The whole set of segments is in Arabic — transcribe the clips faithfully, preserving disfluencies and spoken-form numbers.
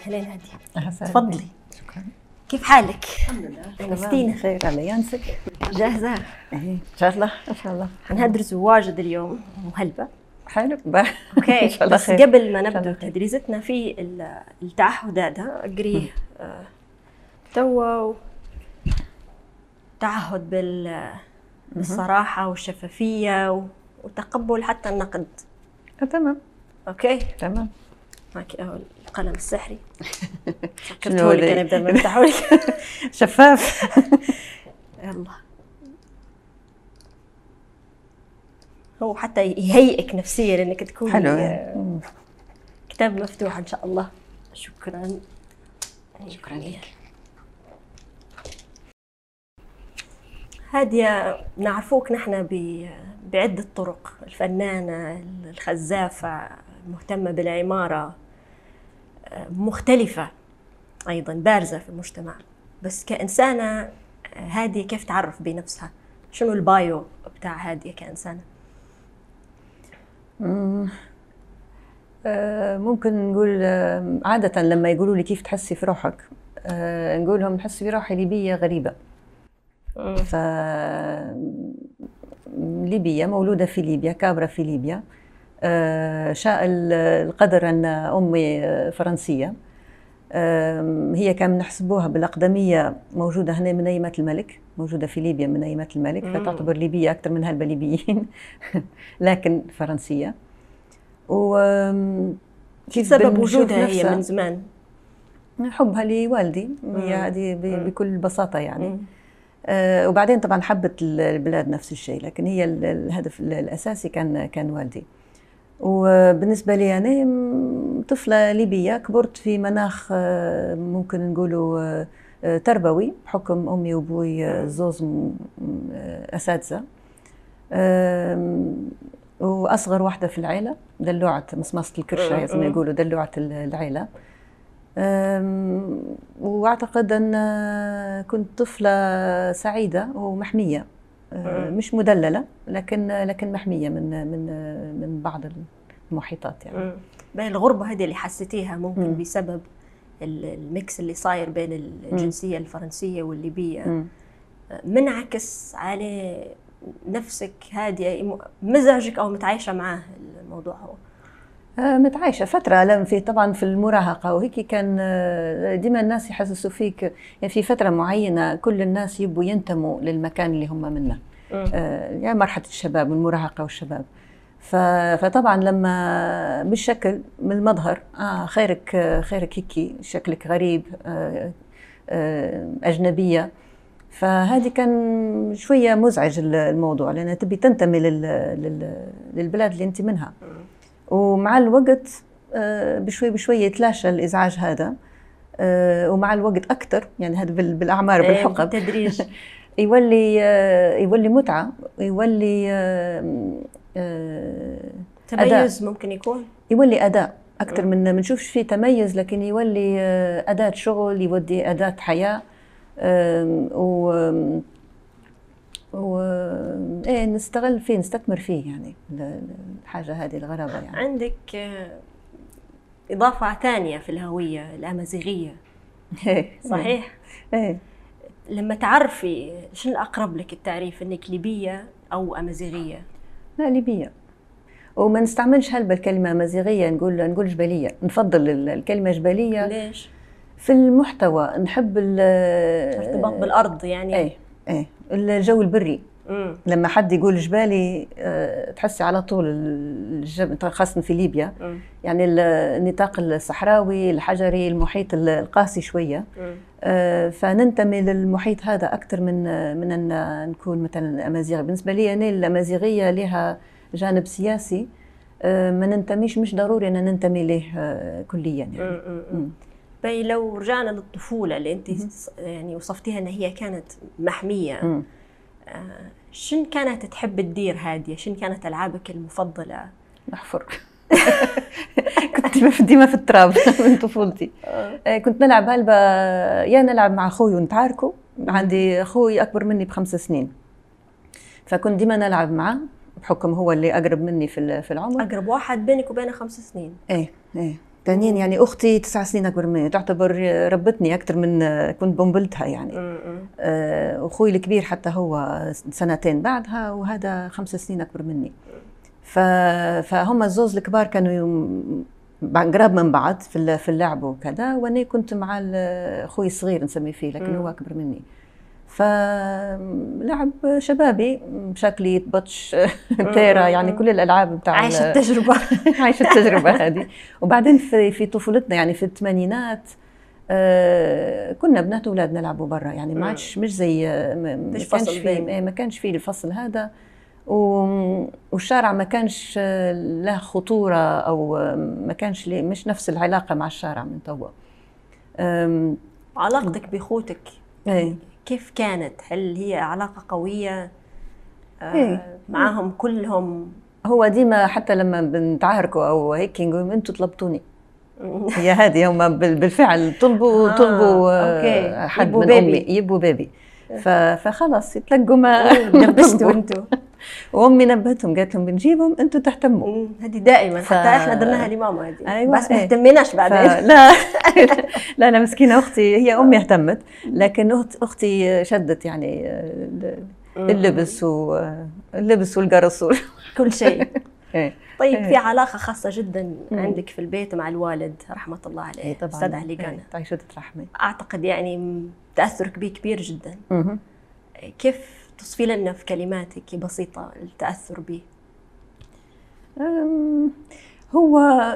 أهلين هادية. أهلا تفضلي. شكرا. كيف حالك؟ الحمد لله. أنستينا. خير على يانسك. جاهزة؟ إيه إن شاء الله إن شاء الله. حنهدرس واجد اليوم وهلبة. حلو. أوكي. إن شاء الله بس خير. قبل ما نبدأ تدريستنا في التعهد هذا أقريه آه توا تعهد بال بالصراحة والشفافية وتقبل حتى النقد. آه تمام. أوكي. تمام. معك أهو القلم السحري. فكرتوا لك أنا بدل ما أفتحوا لك. شفاف. يلا. هو حتى يهيئك نفسيا إنك تكون حلو. كتاب مفتوح إن شاء الله. شكرا. شكرا لك. هادية، نعرفوك نحن بعدة طرق، الفنانة، الخزافة، المهتمة بالعمارة، مختلفة أيضا بارزة في المجتمع. بس كإنسانة هادية كيف تعرف بنفسها؟ شنو البايو بتاع هادية كإنسانة؟ ممكن نقول عادة لما يقولوا لي كيف تحسي في روحك نقول لهم نحس في روحي ليبية غريبة. ف ليبية مولودة في ليبيا، كابرة في ليبيا. شاء القدر أن أمي فرنسية، هي كان نحسبوها بالأقدمية موجودة هنا من أيامات الملك، موجودة في ليبيا من أيامات الملك، فتعتبر ليبية أكثر من هلبة ليبيين. لكن فرنسية. وكيف سبب وجودها هي من زمان؟ حبها لوالدي، هي هذه بكل بساطة يعني. آه وبعدين طبعا حبت البلاد نفس الشيء، لكن هي الهدف الأساسي كان كان والدي. وبالنسبة لي أنا طفلة ليبية، كبرت في مناخ آه ممكن نقوله آه تربوي، بحكم أمي وأبوي زوز أساتذة، وأصغر واحدة في العائلة، دلوعة مصمصة الكرشة زي ما يقولوا، دلوعة العائلة. واعتقد ان كنت طفله سعيده ومحميه، مش مدلله، لكن لكن محميه من من من بعض المحيطات يعني. بين الغربه هذه اللي حسيتيها ممكن مم. بسبب الميكس اللي صاير بين الجنسيه مم. الفرنسيه والليبيه، مم. منعكس على نفسك هادية، مزاجك او متعايشه معاه الموضوع؟ هو متعايشة فترة لم في طبعا في المراهقة وهيك، كان ديما الناس يحسسوا فيك يعني في فترة معينة كل الناس يبوا ينتموا للمكان اللي هم منه، يعني مرحلة الشباب والمراهقة والشباب. فطبعا لما بالشكل من المظهر آه خيرك خيرك هيك، شكلك غريب، آه آه أجنبية، فهذه كان شوية مزعج الموضوع، لأن تبي تنتمي للبلاد اللي أنت منها. ومع الوقت بشوي بشوي يتلاشى الإزعاج هذا، ومع الوقت أكثر يعني هذا بالأعمار بالحقب تدريج يولي يولي متعة، يولي تميز أداء. ممكن يكون يولي أداء أكثر من ما نشوفش فيه تميز، لكن يولي أداة شغل، يودي أداة حياة. و و ايه نستغل فيه نستثمر فيه يعني الحاجه هذه الغرابه يعني. عندك اضافه ثانيه في الهويه الامازيغيه. صحيح؟ ايه. لما تعرفي شنو الاقرب لك التعريف، انك ليبيه او امازيغيه؟ لا ليبيه، وما نستعملش هلبة الكلمه امازيغيه، نقول نقول جبليه، نفضل الكلمه جبليه. ليش؟ في المحتوى نحب الارتباط بالارض يعني. ايه ايه الجو البري. مم. لما حد يقول جبالي أه تحسي على طول الجبل، خاصة في ليبيا. مم. يعني النطاق الصحراوي الحجري المحيط القاسي شوية. أه فننتمي للمحيط هذا أكثر من من أن نكون مثلا أمازيغ. بالنسبة لي أنا الأمازيغية لها جانب سياسي، أه ما ننتميش، مش ضروري أن ننتمي له أه كليا يعني. مم. بي لو رجعنا للطفولة اللي أنت يعني وصفتيها أن هي كانت محمية، آه شن كانت تحب تدير هادية؟ شن كانت ألعابك المفضلة؟ نحفر. كنت ديما في التراب من طفولتي. آه. كنت نلعب هلبة، يا نلعب مع أخوي ونتعاركوا. عندي أخوي أكبر مني بخمس سنين، فكنت ديما نلعب معه بحكم هو اللي أقرب مني في في العمر. أقرب واحد بينك وبينه خمس سنين؟ إيه إيه تانيين يعني اختي تسع سنين اكبر مني، تعتبر ربتني اكثر من كنت بنبلتها يعني. آه، واخوي الكبير حتى هو سنتين بعدها، وهذا خمس سنين اكبر مني. فهم الزوز الكبار كانوا قراب من بعض في في اللعب وكذا، وانا كنت مع اخوي الصغير نسمي فيه، لكن هو اكبر مني. فلعب شبابي بشكل بطش تيرا يعني كل الالعاب بتاع عايش التجربه عايش التجربه هذه. وبعدين في في طفولتنا يعني في الثمانينات آه كنا بنات اولاد نلعبوا برا يعني، ما عادش مش زي ما كانش في ما كانش في الفصل هذا، والشارع ما كانش له خطوره او ما كانش مش نفس العلاقه مع الشارع من توا. علاقتك باخوتك ايه كيف كانت؟ هل هي علاقة قوية آه معهم كلهم؟ هو ديما حتى لما بنتعاركوا او هيك نقول انتوا طلبتوني. هي هذه هم بالفعل طلبوا آه طلبوا حد من امي يبوا بيبي، فخلص يتلقوا ما لبستوا انتوا. وامي نبهتهم قالت لهم بنجيبهم انتوا تهتموا. هذه دائما ف... حتى احنا درناها لماما هذه. أيوة بس ما اهتمناش بعدين. ف... لا لا لا مسكينه اختي، هي امي اهتمت لكن اخت اختي شدت يعني اللبس واللبس والقرص كل شيء. طيب في علاقه خاصه جدا عندك في البيت مع الوالد رحمه الله عليه استاذ علي قانا، تعيشوا ترحمي. اعتقد يعني تاثرك به كبير جدا. كيف تصفي لنا في كلماتك بسيطة التأثر به؟ هو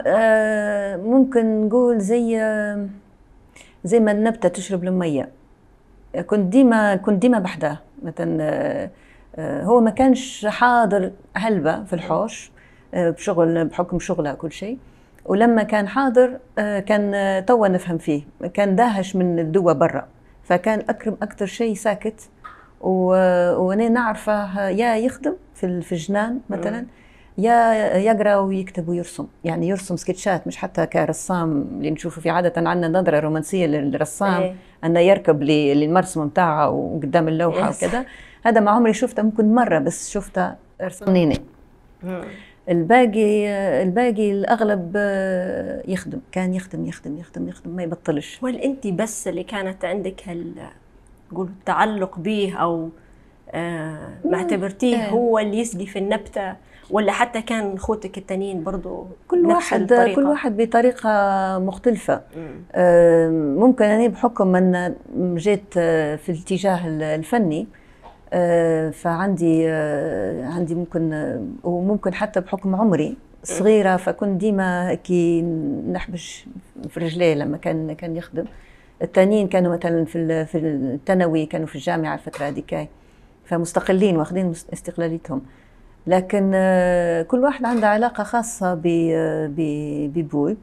ممكن نقول زي زي ما النبتة تشرب المية. كنت ديما كنت ديما بحداه مثلا. هو ما كانش حاضر هلبة في الحوش بشغل بحكم شغله كل شيء، ولما كان حاضر كان توا نفهم فيه، كان داهش من الدوا برا، فكان أكرم أكثر شيء ساكت. وانا نعرفه يا يخدم في في الجنان مثلا، يا يقرا ويكتب ويرسم، يعني يرسم سكتشات مش حتى كرسام اللي نشوفه في عاده عندنا نظره رومانسيه للرسام إيه؟ انه يركب للمرسم بتاعه وقدام اللوحه وكذا. هذا ما عمري شفته، ممكن مره بس شفته رسمنيني. الباقي الباقي الاغلب يخدم، كان يخدم يخدم يخدم يخدم ما يبطلش. ولا انت بس اللي كانت عندك هال قول التعلق به او آه ما اعتبرتيه آه. هو اللي يسقي في النبته، ولا حتى كان اخوتك التانيين برضو كل واحد الطريقة؟ كل واحد بطريقه مختلفه. آه ممكن انا بحكم ان جيت في الاتجاه الفني آه فعندي آه عندي ممكن آه وممكن حتى بحكم عمري صغيره، فكنت ديما هيك نحبش في رجليه لما كان كان يخدم. التانيين كانوا مثلا في في الثانوي، كانوا في الجامعه الفتره هذيك، فمستقلين واخدين استقلاليتهم. لكن كل واحد عنده علاقه خاصه ببوي،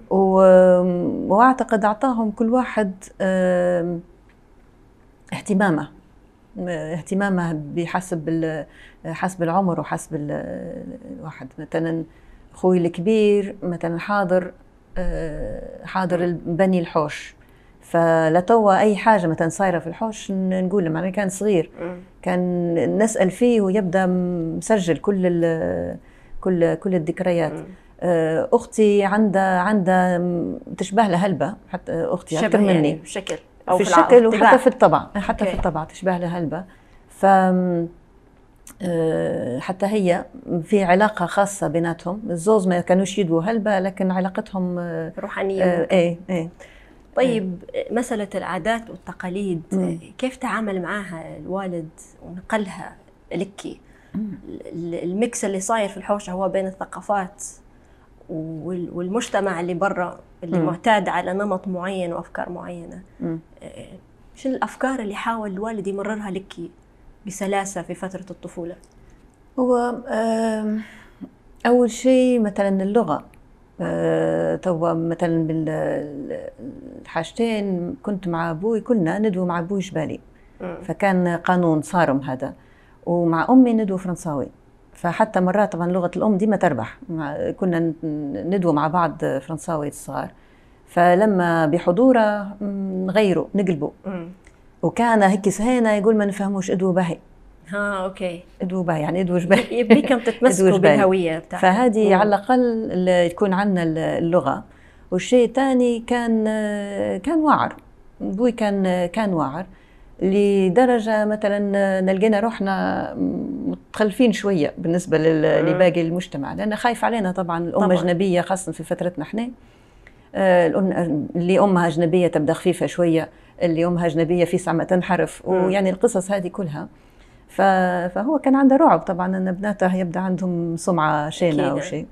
واعتقد اعطاهم كل واحد اهتمامه اهتمامه بحسب حسب العمر وحسب الواحد. مثلا اخوي الكبير مثلا حاضر حاضر بني الحوش، فلتوا اي حاجه مثلا صايره في الحوش نقول له، معناه كان صغير كان نسال فيه ويبدا مسجل كل كل كل الذكريات. اختي عندها عندها تشبه لها هلبة، حتى اختي اكثر مني يعني بشكل او في, في الشكل وحتى في الطبع، حتى أوكي. في الطبع تشبه لها هلبة. ف حتى هي في علاقه خاصه بيناتهم. الزوز ما كانوش يدوا هلبة، لكن علاقتهم روحانيه. آه ايه ايه طيب مسألة العادات والتقاليد مم. كيف تعامل معها الوالد ونقلها لك؟ الميكس اللي صاير في الحوشة هو بين الثقافات والمجتمع اللي برا اللي مم. معتاد على نمط معين وأفكار معينة. شو الأفكار اللي حاول الوالد يمررها لك بسلاسة في فترة الطفولة؟ هو أول شيء مثلا اللغة. أه توا مثلا بالحاجتين كنت مع ابوي كلنا ندوي مع ابوي جبالي، فكان قانون صارم هذا، ومع امي ندوي فرنساوي. فحتى مرات طبعا لغه الام ديما تربح، كنا ندوي مع بعض فرنساوي الصغار، فلما بحضوره نغيره نقلبه. وكان هيك سهينه يقول ما نفهموش ادوي باهي. ها اوكي ادوي باهي يعني ادوي جبالي، يبيكم تتمسكوا بالهويه بتاعتكم. فهذه على الاقل تكون عندنا اللغه. والشيء الثاني كان كان واعر. بوي كان كان واعر لدرجة مثلا نلقينا روحنا متخلفين شوية بالنسبة لباقي المجتمع، لأنه خايف علينا طبعا. الأم أجنبية خاصة في فترتنا احنا، اللي أمها أجنبية تبدأ خفيفة شوية، اللي أمها أجنبية في ساعة تنحرف، ويعني القصص هذه كلها. فهو كان عنده رعب طبعا أن بناته يبدأ عندهم سمعة شينة أو شيء.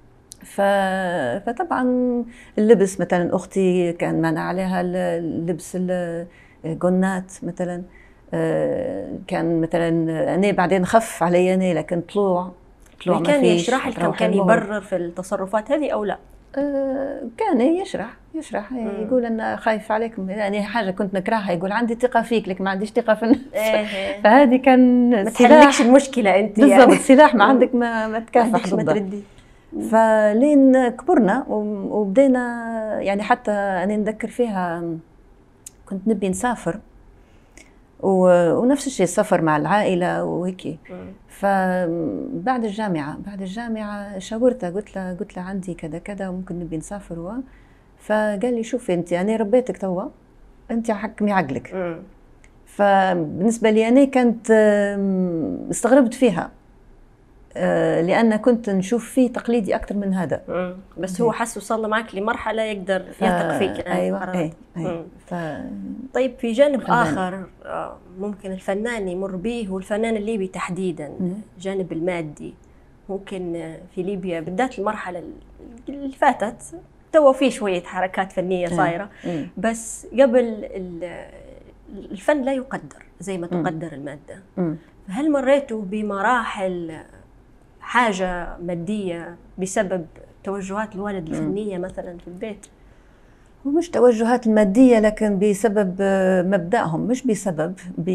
فطبعا اللبس مثلا أختي كان منع عليها اللبس الجنات مثلا، كان مثلا أنا بعدين خف علي أنا، لكن طلوع طلوع ما فيش. كان يشرح لكم، كان يبرر في التصرفات هذه أو لا؟ كان يشرح يشرح يقول أنا خايف عليك، يعني حاجة كنت نكرهها، يقول عندي ثقة فيك لك ما عنديش ثقة في النفس. فهذه كان ما تحلكش المشكلة أنت بالضبط يعني. سلاح ما عندك ما, ما تكافح ضده. فلين كبرنا وبدينا يعني، حتى أنا نذكر فيها كنت نبي نسافر ونفس الشيء السفر مع العائلة وهيك. فبعد الجامعة بعد الجامعة شاورته، قلت له قلت له عندي كذا كذا وممكن نبي نسافر و... فقال لي شوفي أنت أنا ربيتك توا، أنت حكمي عقلك. فبالنسبة لي أنا كانت استغربت فيها، لأن كنت نشوف فيه تقليدي أكثر من هذا. مم. بس هو حس وصل معك لمرحلة يقدر يثق فيك. أيوة أي أي. ف... طيب في جانب فنان. آخر ممكن الفنان يمر به، والفنان الليبي تحديدا، جانب المادي. ممكن في ليبيا بالذات المرحلة اللي فاتت توا في شوية حركات فنية صايرة، بس قبل الفن لا يقدر زي ما تقدر المادة. هل مريتوا بمراحل حاجة مادية بسبب توجهات الوالد الفنية مثلا في البيت؟ ومش توجهات المادية، لكن بسبب مبدأهم، مش بسبب ب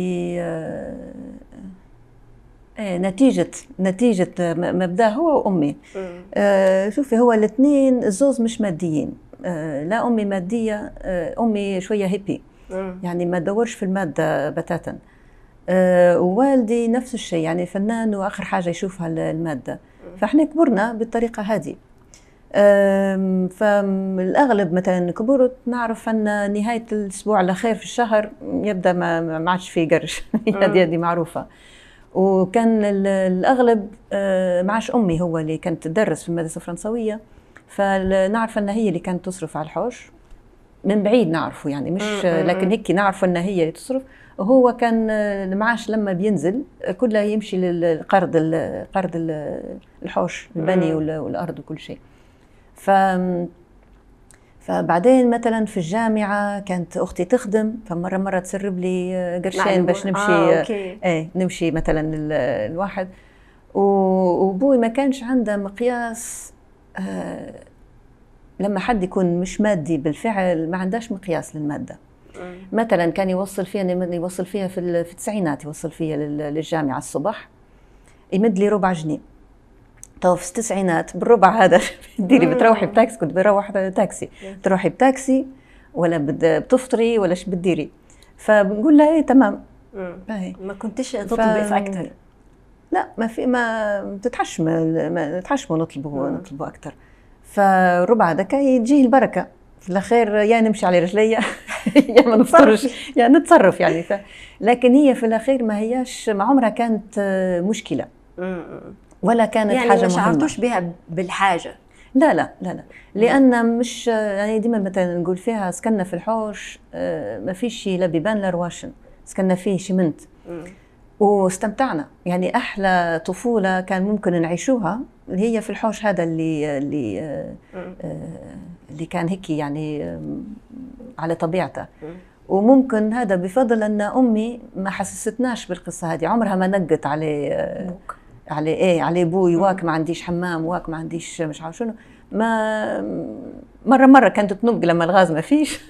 نتيجة نتيجة مبدأ هو وأمي. آه شوفي هو الاثنين الزوز مش ماديين. آه لا أمي مادية، آه أمي شوية هيبي، يعني ما دورش في المادة بتاتا. أه ووالدي نفس الشيء، يعني فنان وآخر حاجة يشوفها المادة. فإحنا كبرنا بالطريقة هذه. أه فالأغلب مثلا كبرت نعرف أن نهاية الأسبوع الأخير في الشهر يبدأ ما ما عادش فيه قرش. هذه هذه معروفة. وكان الأغلب أه معاش أمي هو اللي كانت تدرس في المدرسة الفرنسوية، فنعرف أن هي اللي كانت تصرف على الحوش من بعيد نعرفه، يعني مش لكن هيك نعرف أن هي اللي تصرف. وهو كان المعاش لما بينزل كله يمشي للقرض قرض الحوش، البني والأرض وكل شيء. ف فبعدين مثلا في الجامعة كانت أختي تخدم، فمرة مرة تسرب لي قرشين باش نمشي. آه، ايه نمشي مثلا الواحد. وابوي ما كانش عنده مقياس. آه لما حد يكون مش مادي بالفعل ما عندهاش مقياس للمادة. مثلا كان يوصل فيها يوصل فيها في التسعينات، يوصل فيها للجامعة الصبح يمد لي ربع جنيه. تو في التسعينات بالربع هذا ديري بتروحي بتاكسي، كنت بروح تاكسي، تروحي بتاكسي ولا بتفطري ولا ايش بتديري؟ فبنقول لها ايه تمام. ما كنتش تطلبي ف... اكثر؟ لا ما في، ما تتحشم ما تتحشموا نطلبوا نطلبوا اكثر. فربع هذاك يجيه البركه في الاخير، يا نمشي على رجلي يا ما نفطرش يا نتصرف يعني. ف... لكن هي في الاخير ما هياش، ما عمرها كانت مشكله ولا كانت يعني حاجه مهمه، يعني ما شعرتوش بها بالحاجه؟ لا لا لا لا، لان مش يعني ديما مثلا نقول فيها سكننا في الحوش، ما فيش لا بيبان لا رواشن، سكننا فيه شمنت واستمتعنا. يعني احلى طفوله كان ممكن نعيشوها اللي هي في الحوش هذا اللي اللي آه اللي كان هيك يعني على طبيعته. وممكن هذا بفضل ان امي ما حسستناش بالقصه هذه، عمرها ما نقت عليه آه على ايه على ابوي واك ما عنديش حمام، واك ما عنديش مش عارف شنو. ما مره مره كانت تنق لما الغاز ما فيش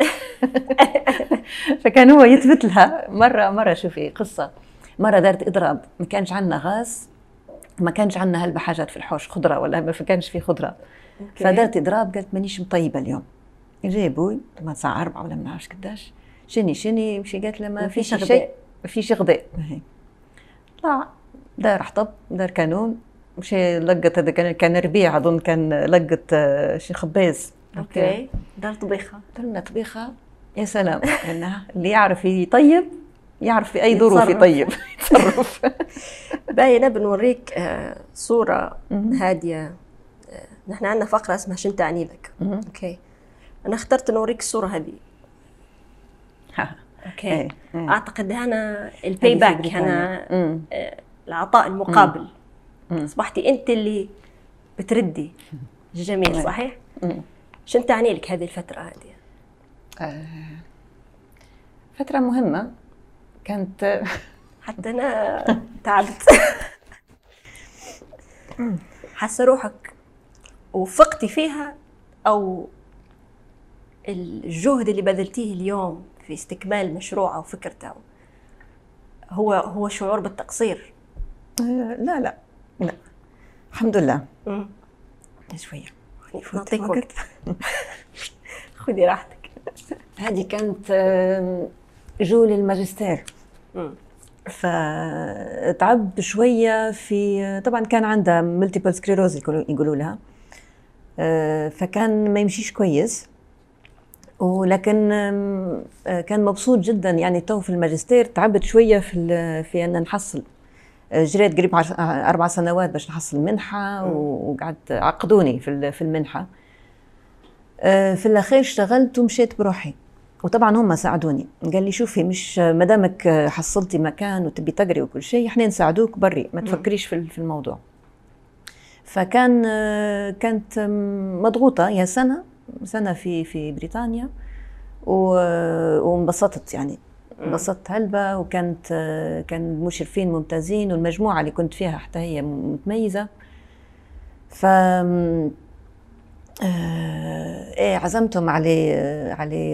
فكان هو يثبت لها. مره مره شوفي قصه، مره دارت اضراب، ما كانش عندنا غاز، ما كانش عندنا هلبة حاجات في الحوش، خضره ولا ما كانش في خضره. فدارت اضراب، قالت مانيش مطيبه اليوم. جاي ابوي طبعا الساعه أربعة ولا ما عرفش قداش، شني شني مشي، قالت له ما فيش شيء، ما فيش غداء. طلع دار حطب، دار كانون، مشي لقط هذا كان كان ربيع اظن، كان لقط شي خباز اوكي دار طبيخه، درنا طبيخه يا سلام. انها اللي يعرف يطيب يعرف في اي ظروف يطيب يتصرف. باينه بنوريك صوره هاديه. نحن عندنا فقره اسمها شن تعني لك. اوكي انا اخترت نوريك الصوره هذه. اوكي ايه. اعتقد هنا الباي باك، هنا العطاء المقابل. مم. اصبحتي انت اللي بتردي. جميل صحيح. مم. شن تعني لك هذه الفتره هذه؟ آه فتره مهمه كانت. حتى انا تعبت. حاسه روحك وفقتي فيها، او الجهد اللي بذلتيه اليوم في استكمال مشروع او فكرته هو هو شعور بالتقصير؟ آه لا لا لا الحمد لله. امم شويه نعطيك وقت. خذي راحتك. هذه كانت جول الماجستير. امم فتعبت شويه في، طبعا كان عندها ملتيبل سكليروز يقولوا لها، فكان ما يمشيش كويس، ولكن كان مبسوط جدا. يعني تو في الماجستير تعبت شويه في في ان نحصل، جريت قريب اربع سنوات باش نحصل منحه، وقعدت عقدوني في في المنحه. في الاخير اشتغلت ومشيت بروحي، وطبعا هم ساعدوني. قال لي شوفي، مش مادامك حصلتي مكان وتبي تقري وكل شيء، احنا نساعدوك بري، ما تفكريش في الموضوع. فكان كانت مضغوطه يا سنه سنه في في بريطانيا، وانبسطت يعني انبسطت هلبة، وكانت كان المشرفين ممتازين، والمجموعة اللي كنت فيها حتى هي متميزة. ف ايه عزمتهم على على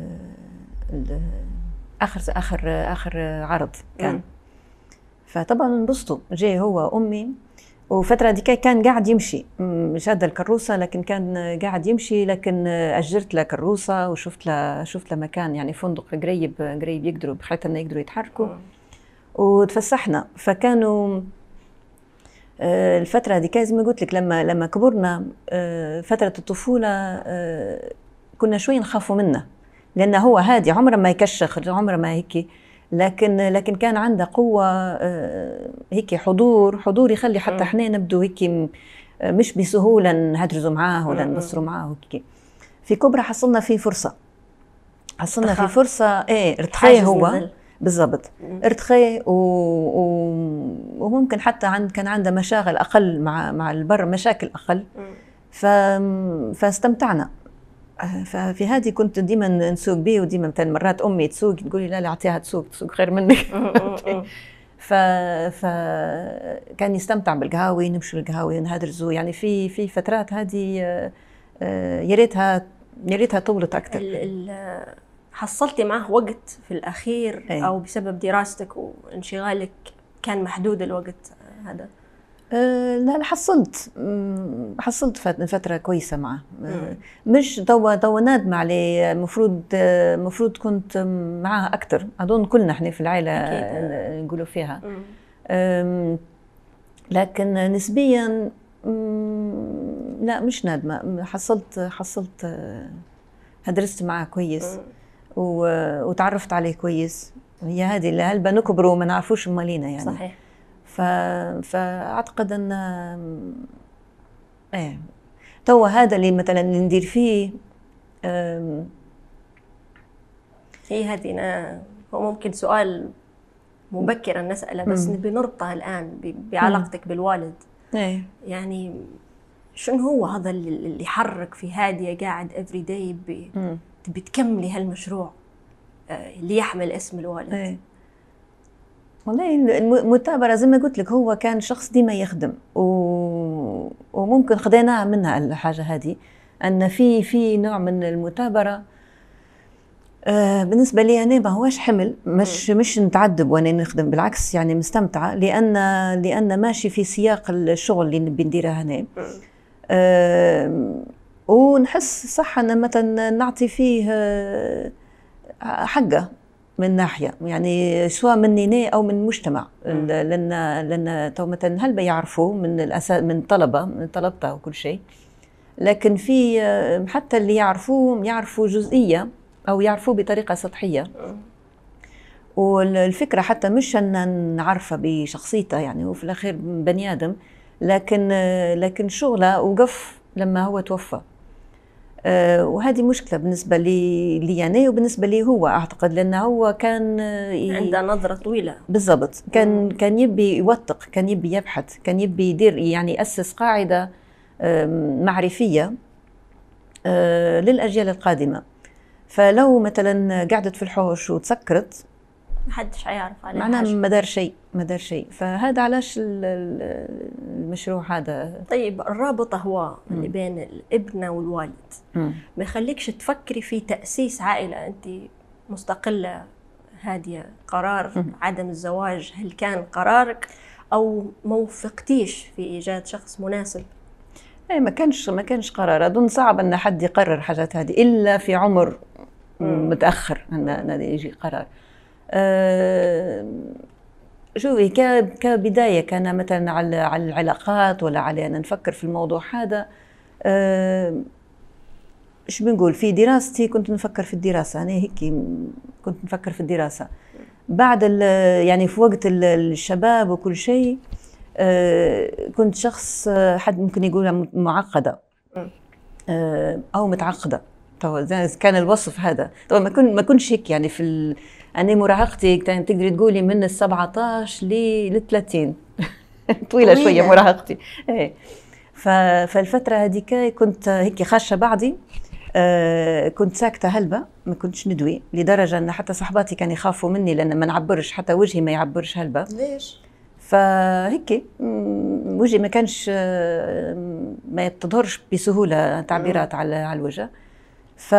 اخر اخر اخر عرض كان. م. فطبعا انبسطوا. جاي هو امي، وفترة دي كان قاعد يمشي، مش هذا الكروسة، لكن كان قاعد يمشي، لكن أجرت له كروسة وشفت له شفت له مكان، يعني فندق قريب قريب يقدروا بحيث إنه يقدروا يتحركوا، وتفسحنا. فكانوا الفترة دي زي ما قلت لك، لما لما كبرنا فترة الطفولة كنا شوي نخافوا منه، لأنه هو هادي، عمره ما يكشخ، عمره ما هيك، لكن لكن كان عنده قوة هيك، حضور حضور يخلي حتى احنا نبدو هيك مش بسهولة نهدرزوا معاه ولا نبصروا معاه هيك. في كبرى حصلنا فيه فرصة حصلنا في فرصة ايه ارتخي هو بالضبط، ارتخي و... و... وممكن حتى عند كان عنده مشاغل أقل مع مع البر، مشاكل أقل. ف... فاستمتعنا. ففي هذه كنت ديما نسوق بيه، وديما مثلا مرات امي تسوق تقولي لا لا اعطيها تسوق تسوق خير منك. ف فكان يستمتع بالقهاوي، نمشوا القهاوي نهدرزوا، يعني في في فترات هذه يا ريتها يا ريتها طولت اكثر. حصلتي معه وقت في الاخير أي. او بسبب دراستك وانشغالك كان محدود الوقت هذا؟ أه لا حصلت حصلت فترة كويسة معه. أه مش توا توا نادمة عليه، المفروض المفروض كنت معاه أكثر. أظن كلنا احنا في العائلة نقولوا فيها. لكن نسبيا لا مش نادمة. حصلت حصلت هدرست معاه كويس وتعرفت عليه كويس. هي هذه اللي هلبا نكبروا وما نعرفوش مالينا يعني. صحيح. ف... فأعتقد أن إيه تو هذا اللي مثلا ندير فيه. أم... هي هذه هو ممكن سؤال مبكرا نسأله، بس نبي نربطه الآن بعلاقتك مم. بالوالد. إيه يعني شنو هو هذا اللي يحرك في هادية قاعد افري داي تبي تكملي هالمشروع اللي يحمل اسم الوالد؟ إيه والله المثابرة زي ما قلت لك، هو كان شخص ديما يخدم، و... وممكن خديناها منها الحاجة هذه، أن في في نوع من المثابرة. آه بالنسبة لي أنا ما هواش حمل، مش مش نتعذب وأنا نخدم، بالعكس يعني مستمتعة، لأن لأن ماشي في سياق الشغل اللي نبي نديره هنا. آه ونحس صح أن مثلا نعطي فيه آه حقه من ناحية، يعني سواء مني أو من المجتمع. لأن لأن تو مثلا هل بيعرفوا من الأساس من طلبة من طلبته وكل شيء، لكن في حتى اللي يعرفوه يعرفوا جزئية أو يعرفوه بطريقة سطحية. والفكرة حتى مش أن نعرفه بشخصيته، يعني هو في الأخير بني آدم، لكن لكن شغله وقف لما هو توفى. أه وهذه مشكلة بالنسبة لي لي أنا وبالنسبة لي هو أعتقد، لأنه هو كان عنده نظرة طويلة. بالضبط. كان مم. كان يبي يوثق، كان يبي يبحث، كان يبي يدير، يعني يأسس قاعدة معرفية للأجيال القادمة. فلو مثلا قعدت في الحوش وتسكرت محدش هيعرف عليها معناه حاجة، ما دار شيء ما دار شيء. فهذا علاش المشروع هذا. طيب الرابطة هو اللي بين الابنة والوالد مم. ما يخليكش تفكري في تأسيس عائلة؟ أنت مستقلة هادية، قرار مم. عدم الزواج هل كان قرارك أو ما وفقتيش في إيجاد شخص مناسب؟ اي ما كانش ما كانش قرار. اظن صعب ان حد يقرر حاجات هذه الا في عمر مم. متاخر ان يجي قرار. أه شوفي كبدايه كان مثلا على على العلاقات ولا على ان نفكر في الموضوع هذا. أه ايش بنقول، في دراستي كنت نفكر في الدراسه، انا هيك كنت نفكر في الدراسه. بعد يعني في وقت الشباب وكل شيء أه كنت شخص حد ممكن يقول معقده أه او متعقده. طبعا كان الوصف هذا. طبعا ما كنت ما كنتش هيك، يعني في ال... انا مراهقتي كانت تقدري تقولي من ال سبعطاش لل ثلاثين طويله شويه مراهقتي. ايه ف... فالفتره هذيك كنت هيك خاشه بعضي. آه كنت ساكته هلبة، ما كنتش ندوي، لدرجه ان حتى صحباتي كانوا يخافوا مني لان ما نعبرش، حتى وجهي ما يعبرش هلبة. ليش؟ فهيك وجهي ما كانش ما يتظهرش بسهوله تعبيرات على على الوجه. ف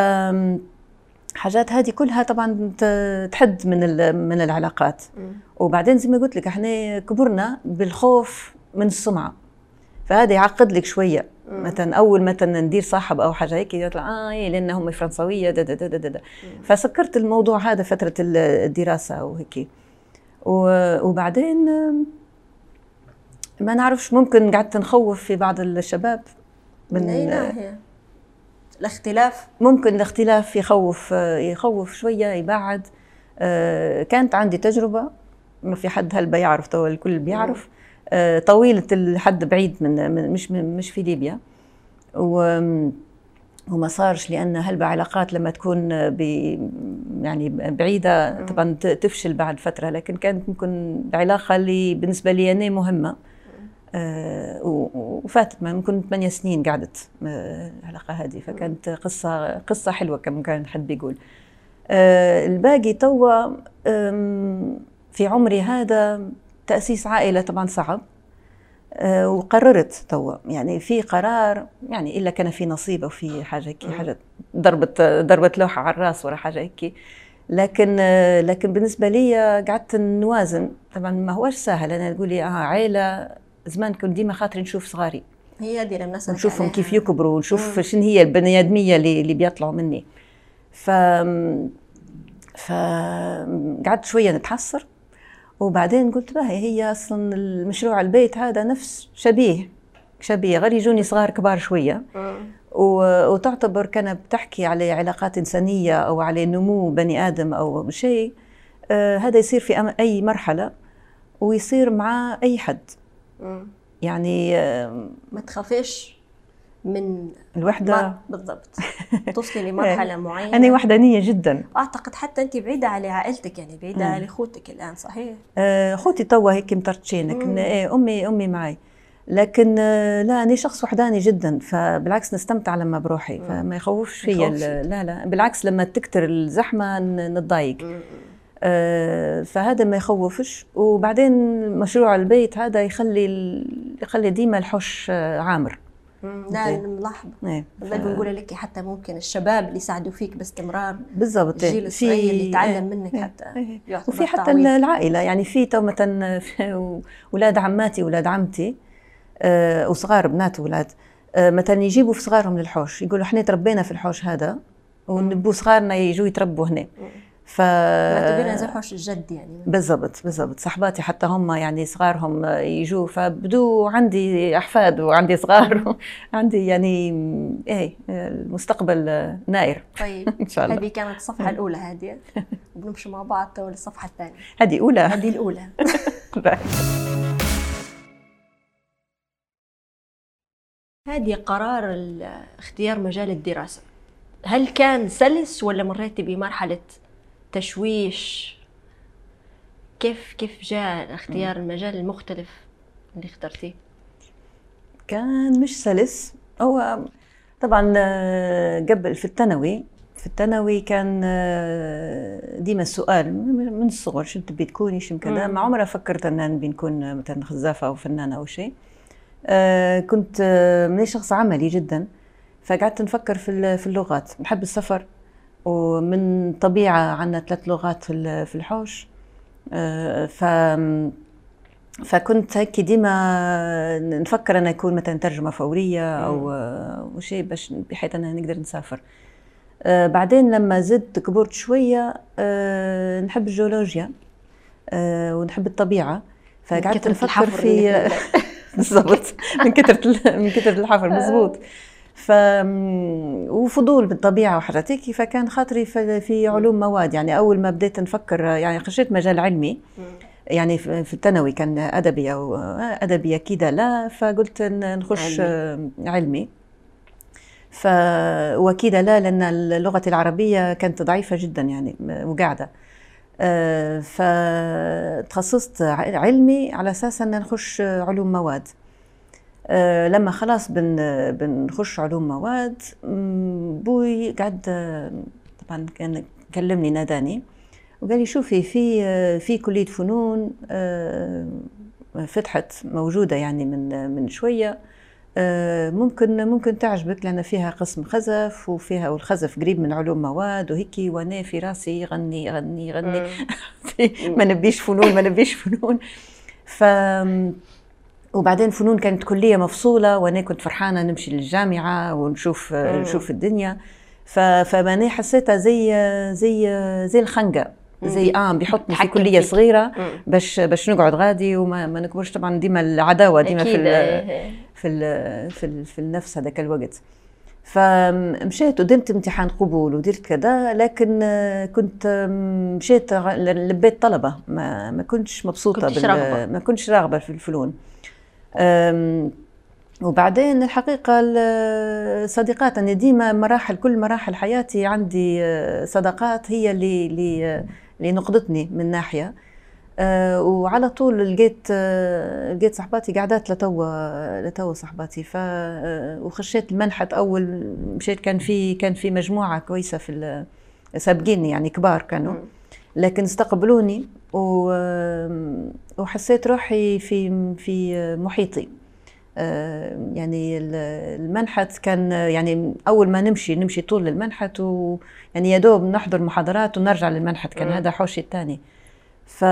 حاجات هذه كلها طبعا تحد من من العلاقات. وبعدين زي ما قلت لك احنا كبرنا بالخوف من السمعه، فهذا يعقد لك شويه. مثلا اول مثلا ندير صاحب او حاجه هيك يطلع اه إيه لان هم فرنسويه دا دا دا دا دا. فسكرت الموضوع هذا فتره الدراسه وهيك. وبعدين ما نعرفش، ممكن قعدت نخوف في بعض الشباب من اي ناحيه؟ الاختلاف ممكن الاختلاف يخوف يخوف شويه يبعد. كانت عندي تجربه، ما في حد هلبا يعرف، تو الكل بيعرف. طويله الحد بعيد من مش مش في ليبيا، وما صارش لان هلبا علاقات لما تكون يعني بعيده طبعا تفشل بعد فتره. لكن كانت ممكن العلاقه اللي بالنسبه لي انا مهمه. آه وفاتت ما ممكن ثمانية سنين قعدت آه العلاقة هذه، فكانت قصة قصة حلوة كما كان حد بيقول. آه الباقي توا في عمري هذا تأسيس عائلة طبعا صعب. آه وقررت توا، يعني في قرار، يعني إلا كان في نصيب أو في حاجة هيك، حاجة ضربة ضربة لوحة على الراس ولا حاجة هيك. لكن آه لكن بالنسبة لي قعدت نوازن. طبعا ما هوش سهل أنا تقولي آه عائلة. زمان كنت ديما خاطري نشوف صغاري، هي هذه اللي نسألك نشوفهم عليها. كيف يكبروا ونشوف شنو هي البني ادميه اللي اللي بيطلعوا مني. ف فقعدت شويه نتحسر، وبعدين قلت باهي هي اصلا المشروع البيت هذا نفس شبيه شبيه غير يجوني صغار كبار شويه. وتعتبر كان بتحكي على علاقات انسانيه او على نمو بني ادم او شيء. آه هذا يصير في اي مرحله ويصير مع اي حد. يعني ما تخافيش من الوحدة بالضبط، توصلي لمرحلة معينة. أنا وحدانية جدا أعتقد حتى أنت بعيدة على عائلتك، يعني بعيدة على أخوتك الآن، صحيح؟ آه أخوتي توا هيك مطرطشين، لكن إيه أمي أمي معي. لكن آه لا أنا شخص وحداني جدا، فبالعكس نستمتع لما بروحي، فما يخوفش فيا. لا لا بالعكس، لما تكتر الزحمة نتضايق. آه فهذا ما يخوفش. وبعدين مشروع البيت هذا يخلي يخلي ديما الحوش عامر. لا ملاحظه. ايه ف... بنقول لك حتى ممكن الشباب اللي يساعدوا فيك باستمرار بالضبط، الجيل الصغير اللي يتعلم منك ايه حتى ايه وفي حتى تعويض. العائله يعني في تو مثلا اولاد عماتي اولاد عمتي آه وصغار بنات اولاد آه مثلا يجيبوا في صغارهم للحوش، يقولوا احنا تربينا في الحوش هذا ونبو صغارنا يجوا يتربوا هنا. ف معتبرها زي حوش الجد يعني. بالضبط بالضبط. صحباتي حتى هم يعني صغارهم يجوا، فبدو عندي احفاد وعندي صغار عندي يعني ايه المستقبل نائر. طيب ان شاء الله. هذه كانت الصفحه الاولى هذه، وبنمشي مع بعض تو للصفحه الثانيه. هذه اولى. هذه الاولى. هذه قرار اختيار مجال الدراسه، هل كان سلس ولا مريتي بمرحله تشويش؟ كيف كيف جاء اختيار المجال المختلف اللي اخترتيه؟ كان مش سلس. هو طبعا قبل في الثانوي في الثانوي كان ديما السؤال من الصغر شو تبي تكوني شو كذا. ما عمري فكرت ان نبي نكون مثلا خزافه او فنانه او شيء. كنت من شخص عملي جدا، فقعدت نفكر في في اللغات. نحب السفر، ومن طبيعه عندنا ثلاث لغات في الحوش. ف فكنت هيك ديما نفكر أن يكون مثلا ترجمة فورية أو أو شيء باش بحيث أننا نقدر نسافر. أه بعدين لما زدت كبرت شوية أه نحب الجيولوجيا أه ونحب الطبيعة، فقعدت نفكر في بالضبط من كثرة من كثرة الحفر. مزبوط. ف وفضول بالطبيعة وحاجات هيك، فكان خاطري في, في علوم مواد. يعني أول ما بديت نفكر يعني خشيت مجال علمي، يعني في الثانوي كان أدبي أو أدبي كده لا، فقلت نخش علمي, علمي. ف وكده لا، لأن اللغة العربية كانت ضعيفة جدا يعني وقاعدة. فتخصصت علمي على أساس أن نخش علوم مواد. لما خلاص بن بنخش علوم مواد، بوي قعد طبعا كان كلمني ناداني وقال لي شوفي في في كلية فنون فتحت موجودة يعني من من شوية، ممكن ممكن تعجبك لأن فيها قسم خزف وفيها والخزف قريب من علوم مواد وهيك. وانا في راسي غني غني غني ما نبيش فنون ما نبيش فنون. ف وبعدين فنون كانت كلية مفصولة، وانا كنت فرحانة نمشي للجامعة ونشوف نشوف الدنيا. فماني حسيتها زي زي زي الخنقة، زي اه بيحطني في كليه صغيره باش باش نقعد غادي وما ما نكبرش. طبعا ديما العداوه ديما في ال في ال في, ال في النفس هذاك الوقت. فمشيت ودرت امتحان قبول ودرت كذا، لكن كنت مشيت لبيت طلبه، ما ما كنتش مبسوطه كنتش رغبة. ما كنتش راغبه في الفنون. وبعدين الحقيقة الصديقات أنا ديما مراحل كل مراحل حياتي عندي صداقات هي اللي اللي اللي نقدتني من ناحية. أه وعلى طول لقيت أه لقيت صحباتي قعدات لتوا لتوا صحباتي. ف وخشيت المنحة أول مشيت، كان في كان في مجموعة كويسة في سابقيني يعني كبار كانوا، لكن استقبلوني وحسيت روحي في في محيطي. يعني المنحت كان يعني أول ما نمشي نمشي طول المنحت، ويعني يا دوب نحضر محاضرات ونرجع للمنحت. كان هذا حوشي الثاني. ف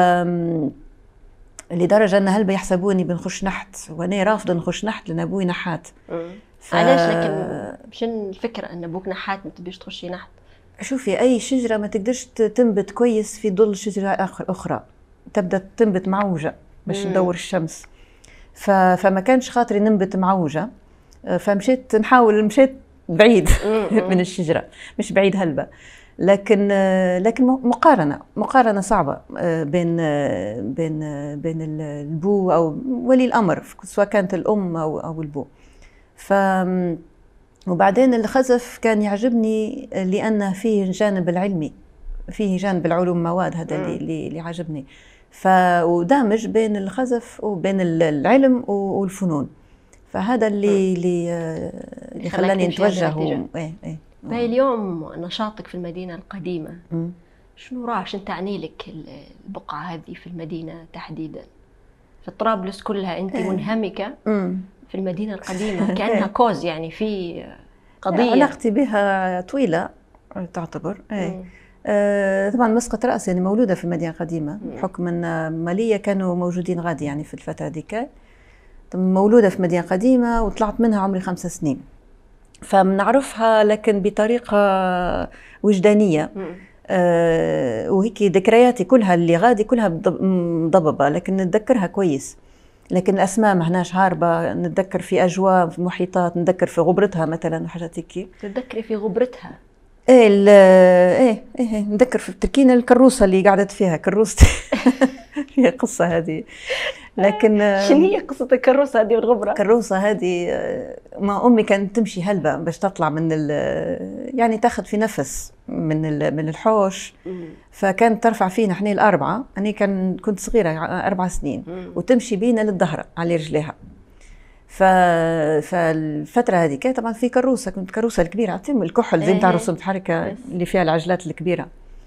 لدرجة أن هل بيحسبوني بنخش نحت، وأنا رافضة نخش نحت لأن أبوي نحات. ف... علاش؟ لكن شن الفكرة أن أبوك نحات ما تبيش تخشي نحت؟ شوفي أي شجرة ما تقدرش تنبت كويس في ظل شجرة أخرى، تبدأ تنبت معوجة باش تدور الشمس. فما كانش خاطري ننبت معوجة، فمشيت نحاول مشيت بعيد من الشجرة، مش بعيد هلبة. لكن لكن مقارنة مقارنة صعبة بين بين بين البو أو ولي الأمر، سواء كانت الأم أو أو البو. ف وبعدين الخزف كان يعجبني لأنه فيه الجانب العلمي، فيه جانب العلوم مواد، هذا اللي اللي عجبني. فودامج بين الخزف وبين العلم والفنون، فهذا اللي اللي اللي خلاني نتوجه. ايه ايه باهي اليوم نشاطك في المدينه القديمه، م. شنو راه شنو تعني لك البقعه هذه في المدينه تحديدا؟ في طرابلس كلها انت ايه. منهمكه م. في المدينه القديمه كانها كوز، يعني في قضيه. علاقتي بها طويله تعتبر. ايه آه طبعا مسقط رأسي، يعني مولودة في المدينة القديمة بحكم أن مالية كانوا موجودين غادي يعني في الفترة ذيك. مولودة في مدينة قديمة وطلعت منها عمري خمس سنين، فمنعرفها لكن بطريقة وجدانية. أه وهيك ذكرياتي كلها اللي غادي كلها مضببه، لكن نتذكرها كويس. لكن الاسماء ما هناش هاربه، نتذكر في اجواء، في محيطات، نتذكر في غبرتها مثلا وحاجات هيك. تتذكري في غبرتها؟ ايه ايه ايه نتذكر في تركينا الكروسه اللي قعدت فيها كروستي. هي قصه هذه. لكن شنو هي قصه الكروسه هذه والغبره؟ الكروسه هذه ما امي كانت تمشي هلبة باش تطلع من يعني تاخذ في نفس من من الحوش، فكانت ترفع فينا احنا الاربعه، انا كان كنت صغيره اربع سنين، وتمشي بينا للظهر على رجليها. ف فالفتره هذه كانت طبعا في كروسه، كنت كروسه الكبيره عتم الكحل زي نتاع الرسوم المتحركه اللي فيها العجلات الكبيره،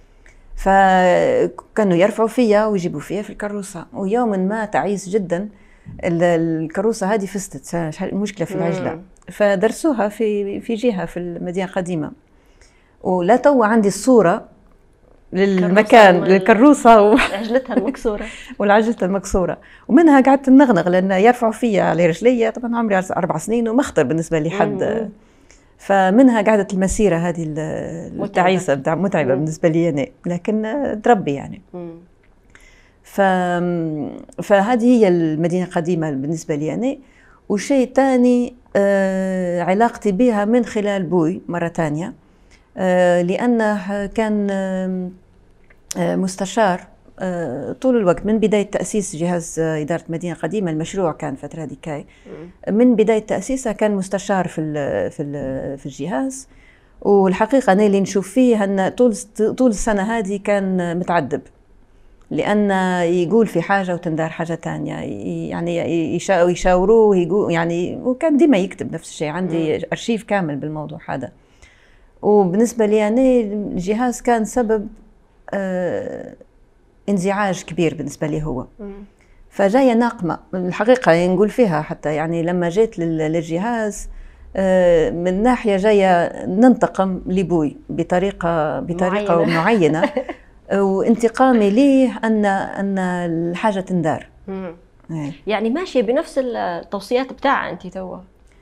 فكانوا يرفعوا فيا ويجيبوا فيا في الكروسه. ويوم ما تعيس جدا الكروسه هذه فستت، مشكله في العجله، فدرسوها في في جهه في المدينه القديمه، ولا تو عندي الصوره للمكان للكروسه وعجلتها المكسوره والعجلة المكسوره، ومنها قعدت نغنغ لان يرفعوا فيا على رجلي، طبعا عمري اربع سنين ومخطر بالنسبه لي حد، فمنها قعدت المسيره هذه التعيسه بتاع متعبه بالنسبه لي انا، لكن تربي يعني. ف فهذه هي المدينه القديمه بالنسبه لي انا. وشيء ثاني آه علاقتي بها من خلال بوي مره ثانيه، آه لانه كان آه مستشار آه طول الوقت من بدايه تاسيس جهاز آه اداره مدينه قديمه. المشروع كان فتره هذيك من بدايه تاسيسها كان مستشار في ال في ال في الجهاز. والحقيقه انا اللي نشوف فيه ان طول طول السنه هذه كان متعذب، لأن يقول في حاجة وتندار حاجة تانية، يعني يشاوروه يقول يعني، وكان ديما يكتب نفس الشيء، عندي أرشيف كامل بالموضوع هذا. وبالنسبة لي أنا الجهاز كان سبب آه انزعاج كبير بالنسبة لي هو، فجاية ناقمة الحقيقة نقول فيها، حتى يعني لما جيت للجهاز آه من ناحية جاية ننتقم لبوي بطريقة بطريقة معينة, معينة وانتقامي ليه ان ان الحاجه تندار. يعني ماشيه بنفس التوصيات بتاعها انت توا؟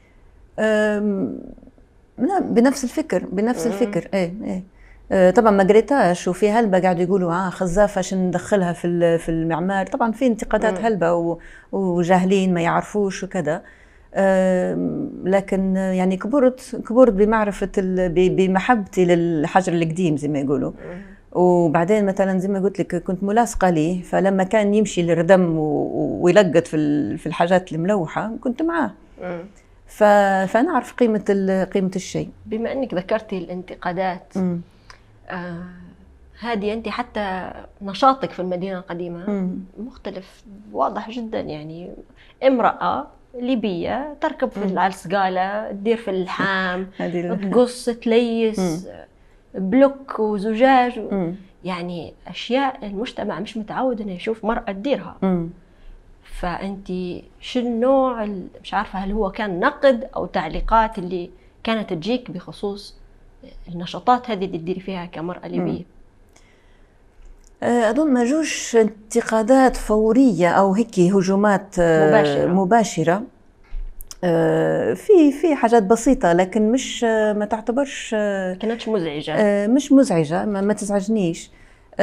بنفس الفكر بنفس مم. الفكر ايه ايه أه طبعا ما قريتهاش، وفي هلبة قاعدوا يقولوا اه خزافه عشان ندخلها في في المعمار، طبعا في انتقادات هلبة وجاهلين ما يعرفوش وكذا. أه لكن يعني كبرت كبرت بمعرفه بمحبتي للحجر القديم زي ما يقولوا. وبعدين مثلا زي ما قلت لك كنت ملاصقه ليه، فلما كان يمشي للردم ويلقط في في الحاجات الملوحه كنت معاه، فنعرف قيمه قيمه الشيء. بما انك ذكرتي الانتقادات آه هذه، انت حتى نشاطك في المدينه القديمه مم. مختلف واضح جدا، يعني امراه ليبيه تركب في العلسقاله، تدير في اللحام، تقص تليس مم. بلوك وزجاج و... يعني اشياء المجتمع مش متعود انه يشوف مرأة تديرها. مم. فانت شو النوع مش عارفه، هل هو كان نقد او تعليقات اللي كانت تجيك بخصوص النشاطات هذه اللي تديري فيها كمرأة ليبية؟ اظن ما جوش انتقادات فوريه او هيك هجومات مباشره مباشره، في في حاجات بسيطة، لكن مش ما تعتبرش كانتش مزعجة، مش مزعجة، ما, ما تزعجنيش.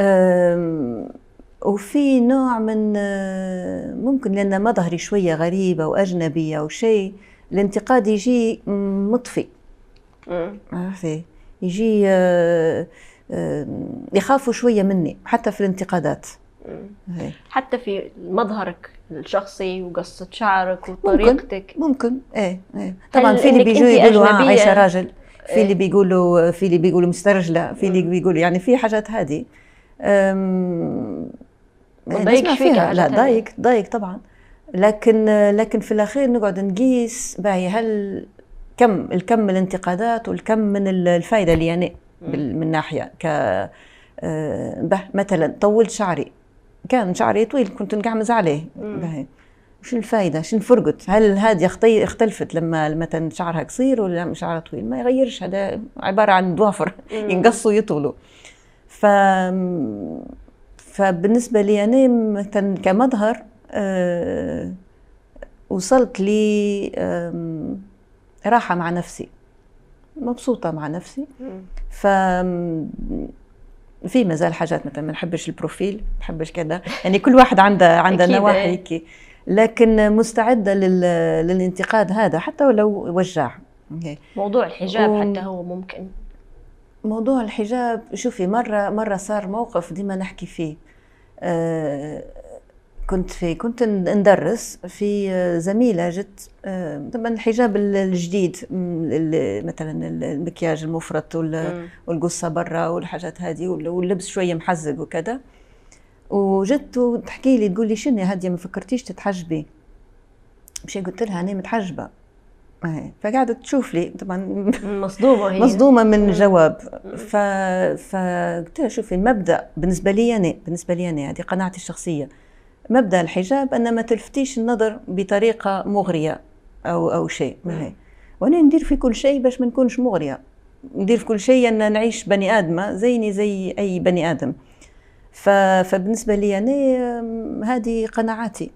وفي نوع من ممكن لأن مظهري شوية غريبة وأجنبية أو شيء، الانتقاد يجي مطفي، عرفتي، يجي يخافوا شوية مني حتى في الانتقادات، حتى في مظهرك الشخصي وقصة شعرك وطريقتك. ممكن, ممكن. ايه ايه طبعا في اللي بيجوا يقولوا اه عايشة راجل، في اللي بيقولوا في اللي بيقولوا مسترجلة، في اللي بيقولوا يعني في حاجات هذه ضايق فيها. لا ضايق ضايق طبعا، لكن لكن في الاخير نقعد نقيس باهي هل كم الكم الانتقادات والكم من الفائدة اللي يعني من ناحية ك مثلا طولت شعري، كان شعري طويل كنت نقعمز عليه، شو الفائدة؟ شو فرقت؟ هل هذه اختلفت لما مثلا شعرها قصير ولا شعرها طويل؟ ما يغيرش، هذا عبارة عن ضوافر ينقصوا يطولوا. ف فبالنسبة لي أنا مثلا كمظهر أه... وصلت لي أه... راحة مع نفسي، مبسوطة مع نفسي. ف في مازال حاجات مثلا ما نحبش البروفيل، ما نحبش كذا، يعني كل واحد عنده عنده نواحي هيك، لكن مستعده للانتقاد هذا حتى ولو وجاع. موضوع الحجاب و... حتى هو ممكن. موضوع الحجاب، شوفي مرة مرة صار موقف ديما نحكي فيه. آه كنت في كنت ندرس في زميلة جت، آه طبعا الحجاب الجديد مثلا المكياج المفرط والقصة برا والحاجات هذه واللبس شوية محزق وكذا، وجت وتحكي لي تقول لي شنو هادية ما فكرتيش تتحجبي؟ مشي قلت لها أنا متحجبة. فقعدت تشوف لي طبعا مصدومه هي مصدومه من الجواب. ف فقلت لها شوفي المبدا بالنسبه لي انا بالنسبه لي انا هذه قناعتي الشخصيه، مبدا الحجاب ان ما تلفتيش النظر بطريقه مغريه او او شيء، ما هي وانا ندير في كل شيء باش ما نكونش مغريه، ندير في كل شيء ان نعيش بني ادمه زيني زي اي بني ادم. ف... فبالنسبه لي انا هذه قناعاتي.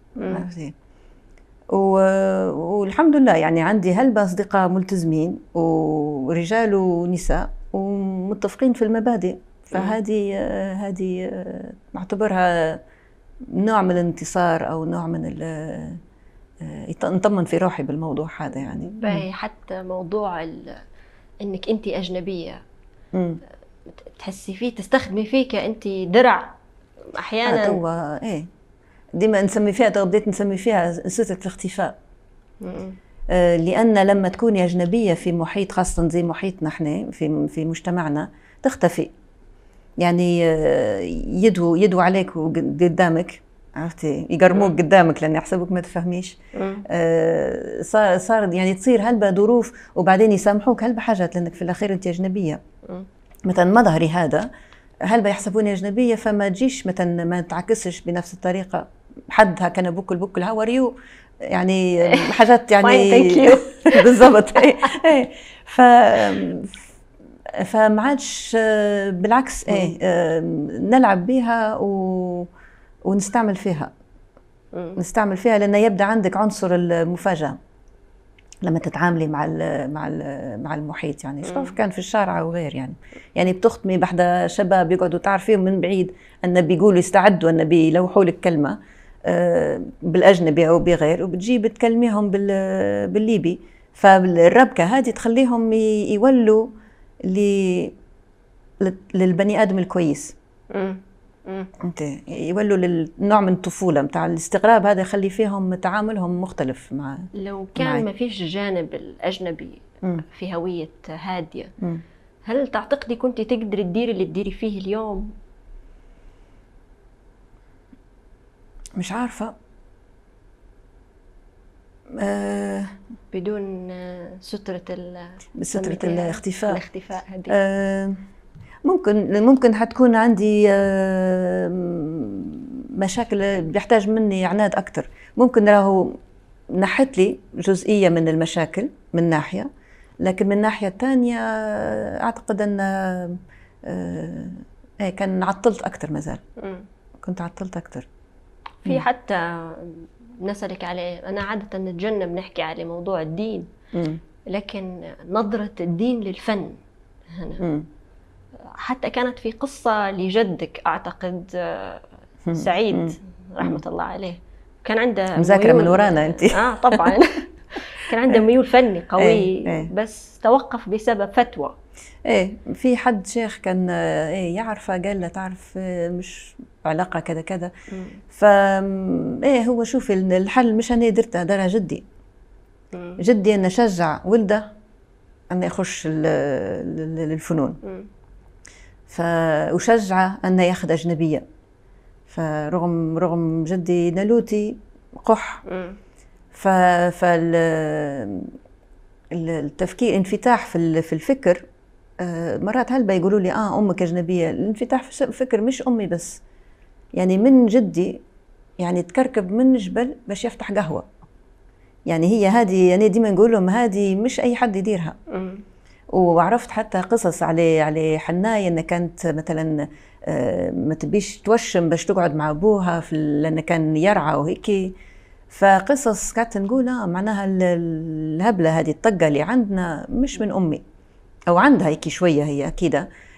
والحمد لله يعني عندي هلبة أصدقاء ملتزمين ورجال ونساء ومتفقين في المبادئ، فهذه هذه نعتبرها نوع من الانتصار أو نوع من نطمن في روحي بالموضوع هذا. يعني باهي حتى موضوع إنك أنت أجنبية مم. تحسي فيه تستخدمي فيه كأنت درع أحيانا. آه إيه ديما نسمي فيها، بديت نسمي فيها سترة الاختفاء. آه لأن لما تكوني أجنبية في محيط خاصة زي محيطنا احنا في في مجتمعنا تختفي، يعني آه يدو يدو عليك قدامك، عرفتي يقرموك قدامك لأن يحسبوك ما تفهميش. آه صار صار يعني تصير هلبة ظروف وبعدين يسامحوك هلبة حاجات لأنك في الأخير أنت أجنبية. مثلا مظهري هذا هل بيحسبوني أجنبية، فما تجيش مثلا ما تعكسش بنفس الطريقة، حد هكذا بوكل بوكل هاو ار يو، يعني حاجات يعني بالضبط. ف فما عادش بالعكس ايه نلعب بيها و... ونستعمل فيها نستعمل فيها لأن يبدأ عندك عنصر المفاجأة لما تتعاملي مع ال مع ال مع المحيط، يعني سواء كان في الشارع او غير. يعني يعني بتختمي بحدا شباب يقعدوا تعرفيهم من بعيد ان بيقولوا يستعدوا ان بيلوحوا لك كلمه بالاجنبي او بغير، وبتجي بتكلميهم بالليبي، فالربكه هذه تخليهم يولوا للبني ادم الكويس. انت يولوا للنوع من الطفوله متاع الاستغراب هذا، يخلي فيهم تعاملهم مختلف مع. لو كان ما فيش الجانب الاجنبي مم. في هويه هاديه، مم. هل تعتقدي كنت تقدري تديري اللي تديري فيه اليوم؟ مش عارفه. أه بدون ستره ستره الاختفاء الاختفاء هذه. أه ممكن ممكن حتكون عندي مشاكل بيحتاج مني عناد أكتر، ممكن راهو نحت لي جزئية من المشاكل من ناحية، لكن من ناحية تانية أعتقد أن آه كان عطلت أكتر، مازال كنت عطلت أكتر. في حتى نسألك عليه، أنا عادة نتجنب نحكي على موضوع الدين، م. لكن نظرة الدين للفن هنا م. حتى كانت في قصة لجدك أعتقد سعيد مم. رحمة الله عليه، كان عنده مذاكرة من ورانا أنت. آه طبعا. كان عنده ميول فني قوي. ايه ايه. بس توقف بسبب فتوى. ايه في حد شيخ كان ايه يعرفه، قال له تعرف مش علاقة كذا كذا، ف ايه هو شوفي الحل مش أنا درته، دارها جدي. مم. جدي أنه شجع ولده أنه يخش للفنون، فأشجعه أنه ياخذ أجنبية، فرغم رغم جدي نلوتي قح، فالتفكير انفتاح في في الفكر. مرات هلبا يقولوا لي اه امك اجنبيه، الانفتاح في الفكر مش امي بس، يعني من جدي يعني تكركب من جبل باش يفتح قهوه، يعني هي هذه يعني ديما نقول لهم هذه مش اي حد يديرها. وعرفت حتى قصص على على حناية ان كانت مثلا ما تبيش توشم باش تقعد مع ابوها في لان كان يرعى وهيك، فقصص قعدت نقول اه معناها الهبله هذه الطقه اللي عندنا مش من امي، او عندها هيك شويه هي اكيد،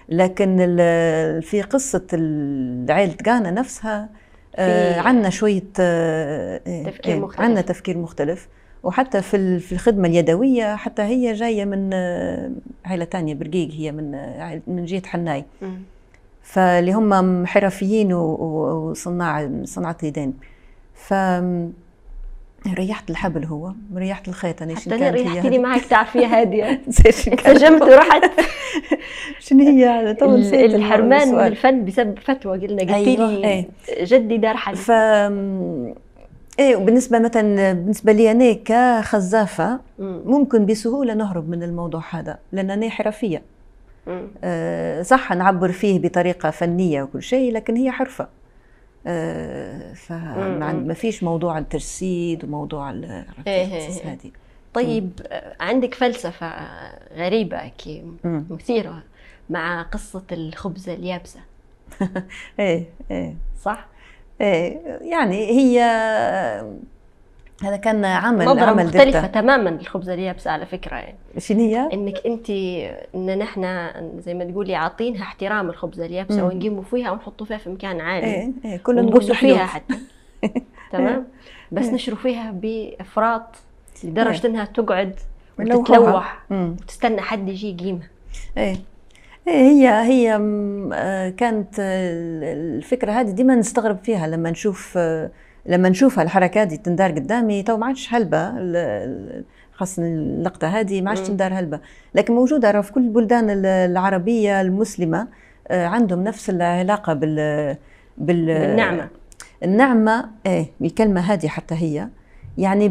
لكن في قصة عائلة غانا نفسها آه عندنا شوية آه تفكير مختلف. عندنا تفكير مختلف، وحتى في في الخدمة اليدوية حتى هي جاية من آه عائلة تانية برقيق، هي من آه من جهة حناي، فاللي هم حرفيين وصناع صناعة يدين. ف ريحت الحبل، هو ريحت الخيط. انا حتى ليه ريحتيني معك تعرفيها هاديه انسجمت ورحت. شنو هي الحرمان من الفن بسبب فتوى قلنا، قلت لي أيوة. جدي دار حل. ف ايه وبالنسبه مثلا بالنسبه لي انا كخزافه ممكن بسهوله نهرب من الموضوع هذا، لان انا حرفيه. أه صح نعبر فيه بطريقه فنيه وكل شيء، لكن هي حرفه. آه فما فيش موضوع التجسيد وموضوع القصص هذه. طيب مم. عندك فلسفة غريبة كي مثيرة مع قصة الخبزة اليابسة. ايه ايه صح؟ ايه يعني هي هذا كان عمل نظرة عمل مختلفة دلتا. تماما الخبزة اليابسة على فكرة. يعني شنو هي؟ انك انت ان نحن زي ما تقولي عاطينها احترام الخبزة اليابسة ونقيموا فيها ونحطوا فيها في مكان عالي. ايه ايه كلنا نقول فيها حتى تمام، بس إيه. نشروا فيها بافراط لدرجة إيه. انها تقعد وتتلوح وتستنى حد يجي يقيمها. ايه هي هي كانت الفكرة هذه ديما نستغرب فيها لما نشوف لما نشوفها الحركات دي تندار قدامي. تو ما عادش هلبة، خاصة اللقطة هذه ما عادش تندار هلبة، لكن موجودة في كل البلدان العربية المسلمة. عندهم نفس العلاقة بال بال بالنعمة. النعمة ايه الكلمة هذه حتى هي يعني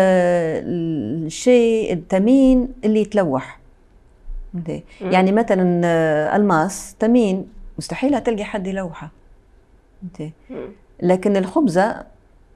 بالشيء الثمين اللي يتلوح. يعني مثلا الماس ثمين مستحيل تلقي حد يلوحه، لكن الخبزة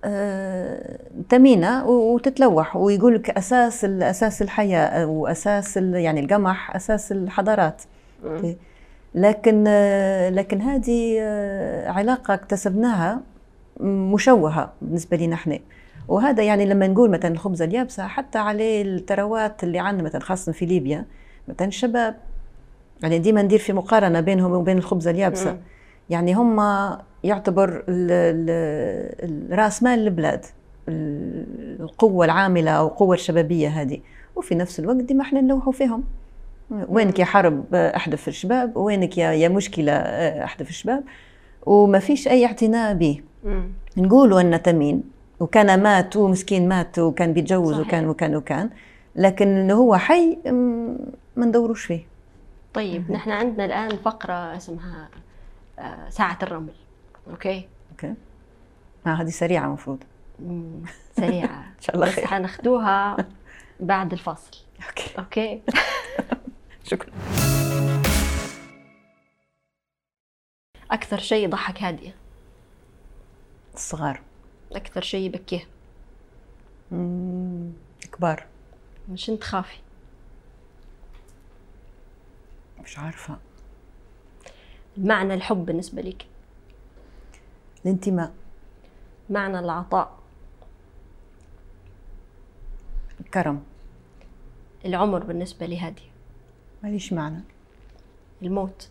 ثمينة وتتلوح، ويقول لك اساس الاساس الحياه واساس يعني القمح اساس الحضارات. لكن لكن هذه علاقه اكتسبناها مشوهه بالنسبه لنا احنا. وهذا يعني لما نقول مثلا الخبزه اليابسه حتى عليه الثروات اللي عندنا مثلا خاصه في ليبيا مثلا الشباب، يعني ديما ندير في مقارنه بينهم وبين الخبزه اليابسه. م. يعني هم يعتبر راس مال البلاد، القوه العامله او القوه الشبابيه هذه، وفي نفس الوقت ديما احنا نلوحوا فيهم. وينك يا حرب احدث الشباب، وينك يا يا مشكله احدث الشباب، وما فيش اي اعتناء به. نقولوا ان تمين وكان مات ومسكين مات وكان بيتجوز صحيح. وكان وكان وكان لكن انه هو حي ما ندوروش فيه. طيب نحن عندنا الان فقره اسمها ساعه الرمل. اوكي اوكي اه هذه سريعه مفروض سريعه ان شاء الله خير، بس حناخدوها بعد الفاصل. اوكي اوكي شكرا. اكثر شيء يضحك هاديه؟ الصغار. اكثر شيء يبكيه؟ كبار. مش انت خافي؟ مش عارفه. معنى الحب بالنسبه لك؟ الانتماء. معنى العطاء؟ الكرم. العمر بالنسبه لهاديه؟ ماليش معنى. الموت؟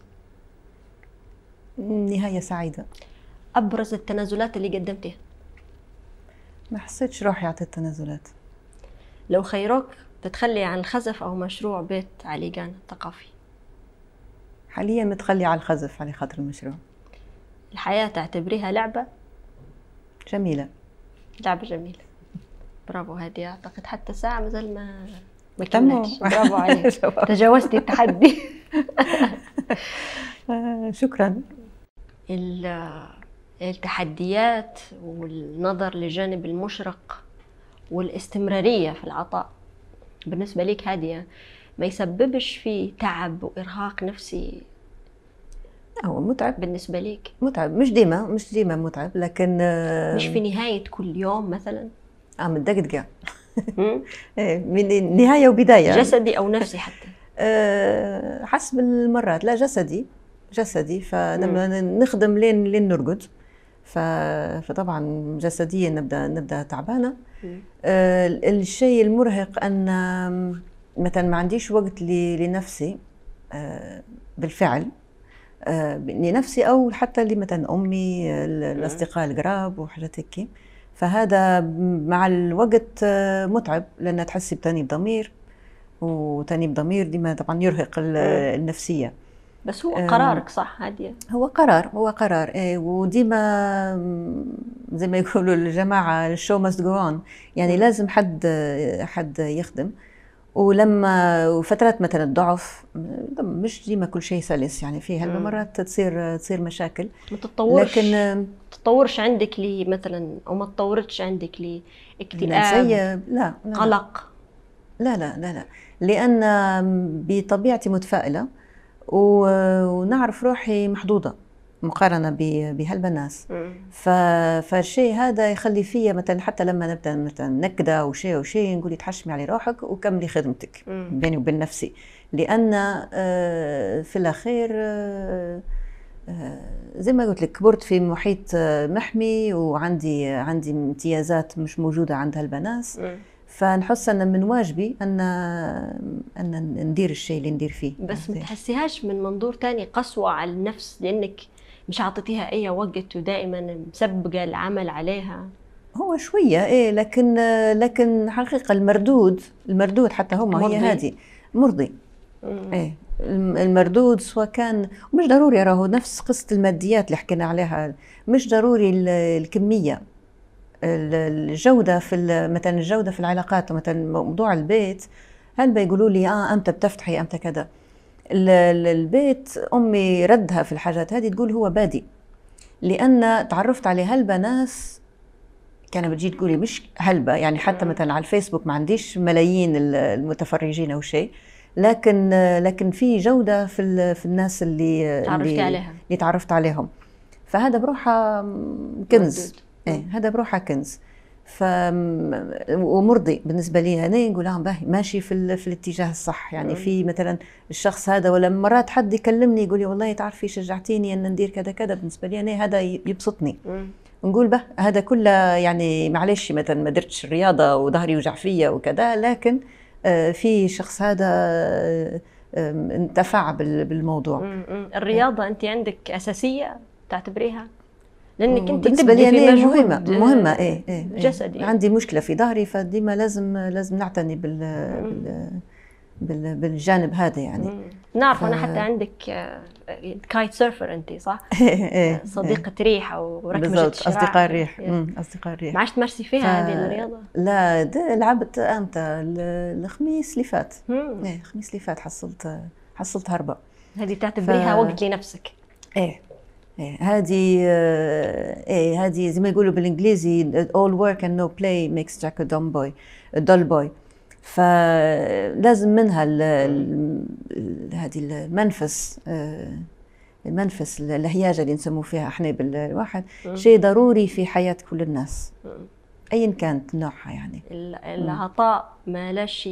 نهايه سعيده. ابرز التنازلات اللي قدمتيها؟ ما حسيتش روحي على التنازلات. لو خيروك تتخلي عن الخزف او مشروع بيت علي غانا الثقافي؟ حاليا متخلي على الخزف على خاطر المشروع. الحياه تعتبريها لعبه؟ جميله. لعبه جميله. برافو هاديه، اعتقد حتى ساعه مازال ما ما كملتش. برافو عليك تجاوزتي التحدي. شكرا. التحديات والنظر للجانب المشرق والاستمرارية في العطاء بالنسبة لك هادية ما يسببش في تعب وإرهاق نفسي؟ هو متعب بالنسبة لك. متعب مش ديما مش ديما متعب، لكن مش في نهاية كل يوم مثلا؟ اه من دقدقة. من نهاية وبداية. جسدي أو نفسي حتى؟ أه حسب المرات. لا جسدي جسدي فلما نخدم لين لين نرقد فطبعا جسديا نبدا نبدا تعبانه. آه الشيء المرهق ان مثلا ما عنديش وقت لنفسي آه بالفعل، لنفسي او حتى لمثلا امي، الاصدقاء القراب وحاجات هيك. فهذا مع الوقت متعب، لان تحسي بتانيب ضمير، وتانيب ضمير ديما طبعا يرهق النفسيه. بس هو قرارك صح هادية؟ هو قرار، هو قرار ايه. وديما زي ما يقولوا الجماعه الشو ماست جو اون، يعني م. لازم حد حد يخدم. ولما وفترات مثلا الضعف مش ديما كل شيء سلس، يعني في هالمرات تصير تصير مشاكل. ما تتطورش، لكن ما تتطورش عندك لي مثلا، او ما تطورتش عندك لي اكتئاب، لا, لا, لا قلق؟ لا لا لا لا لان بطبيعتي متفائله، ونعرف روحي محظوظه مقارنه بهالبناس. فالشيء هذا يخلي فيا مثلا حتى لما نبدا مثلا نكده او شيء او شيء نقول تحشمي على روحك وكملي خدمتك مم. بيني وبين نفسي، لان في الاخير زي ما قلت لك كبرت في محيط محمي، وعندي عندي امتيازات مش موجوده عند هالبناس. مم. فنحس ان من واجبي ان ان ندير الشيء اللي ندير فيه. بس ما تحسيهاش من منظور تاني قسوه على النفس، لانك مش عطيتيها اي وقت ودائما مسبقه العمل عليها؟ هو شويه ايه، لكن لكن حقيقه المردود المردود حتى هم هي هذه مرضي. مم. ايه المردود سواء كان مش ضروري، راهو نفس قصه الماديات اللي حكينا عليها، مش ضروري الكميه، الجوده في مثلا الجوده في العلاقات. مثلا موضوع البيت، هل بيقولوا لي اه امتى بتفتحي امتى كذا؟ البيت امي ردها في الحاجات هذه تقول هو بادي، لان تعرفت عليه هلبة ناس كانت بتجي تقولي مش هلبة، يعني حتى مثلا على الفيسبوك ما عنديش ملايين المتفرجين او شيء، لكن لكن في جوده في في الناس اللي تعرفت عليها اللي تعرفت عليهم. فهذا بروحه كنز. ايه هذا بروحه كنز. ف ومرضي بالنسبه لي انا، نقول اه باهي ماشي في ال... في الاتجاه الصح. يعني مم. في مثلا الشخص هذا، ولا مرات حد يكلمني يقول لي والله تعرفي شجعتيني ان ندير كذا كذا، بالنسبه لي انا هذا يبسطني. مم. نقول به هذا كله يعني معلش مثلا ما درتش الرياضه وظهري يوجع فيا وكذا، لكن آه في شخص هذا آه انتفع بالموضوع. مم. الرياضه آه. انت عندك اساسيه تعتبريها؟ لانك انت بالنسبه لي في مهمه مهمه ايه ايه جسدي. إيه. عندي مشكله في ظهري، فديما لازم لازم نعتني بال, بال, بال بالجانب هذا يعني. مم. نعرف ف... انا حتى عندك كايت سيرفر انت صح؟ إيه صديقه إيه. ريح او ركبه بالضبط، اصدقاء الريح. امم اصدقاء الريح. ما عادش تمارسي فيها ف... هذه الرياضه؟ لا لعبت امتى الخميس اللي فات. ايه الخميس اللي فات حصلت حصلت هربه. هذه تعتبريها ف... وقت لنفسك؟ ايه ايه هذه ايه هذه زي ما يقولوا بالانجليزي all work and no play makes Jack a dumb boy a dull boy. فلازم منها هذه المنفس المنفس الهياجه اللي نسموه فيها احنا بالواحد، شيء ضروري في حياه كل الناس ايا كانت نوعها. يعني العطاء ما لاش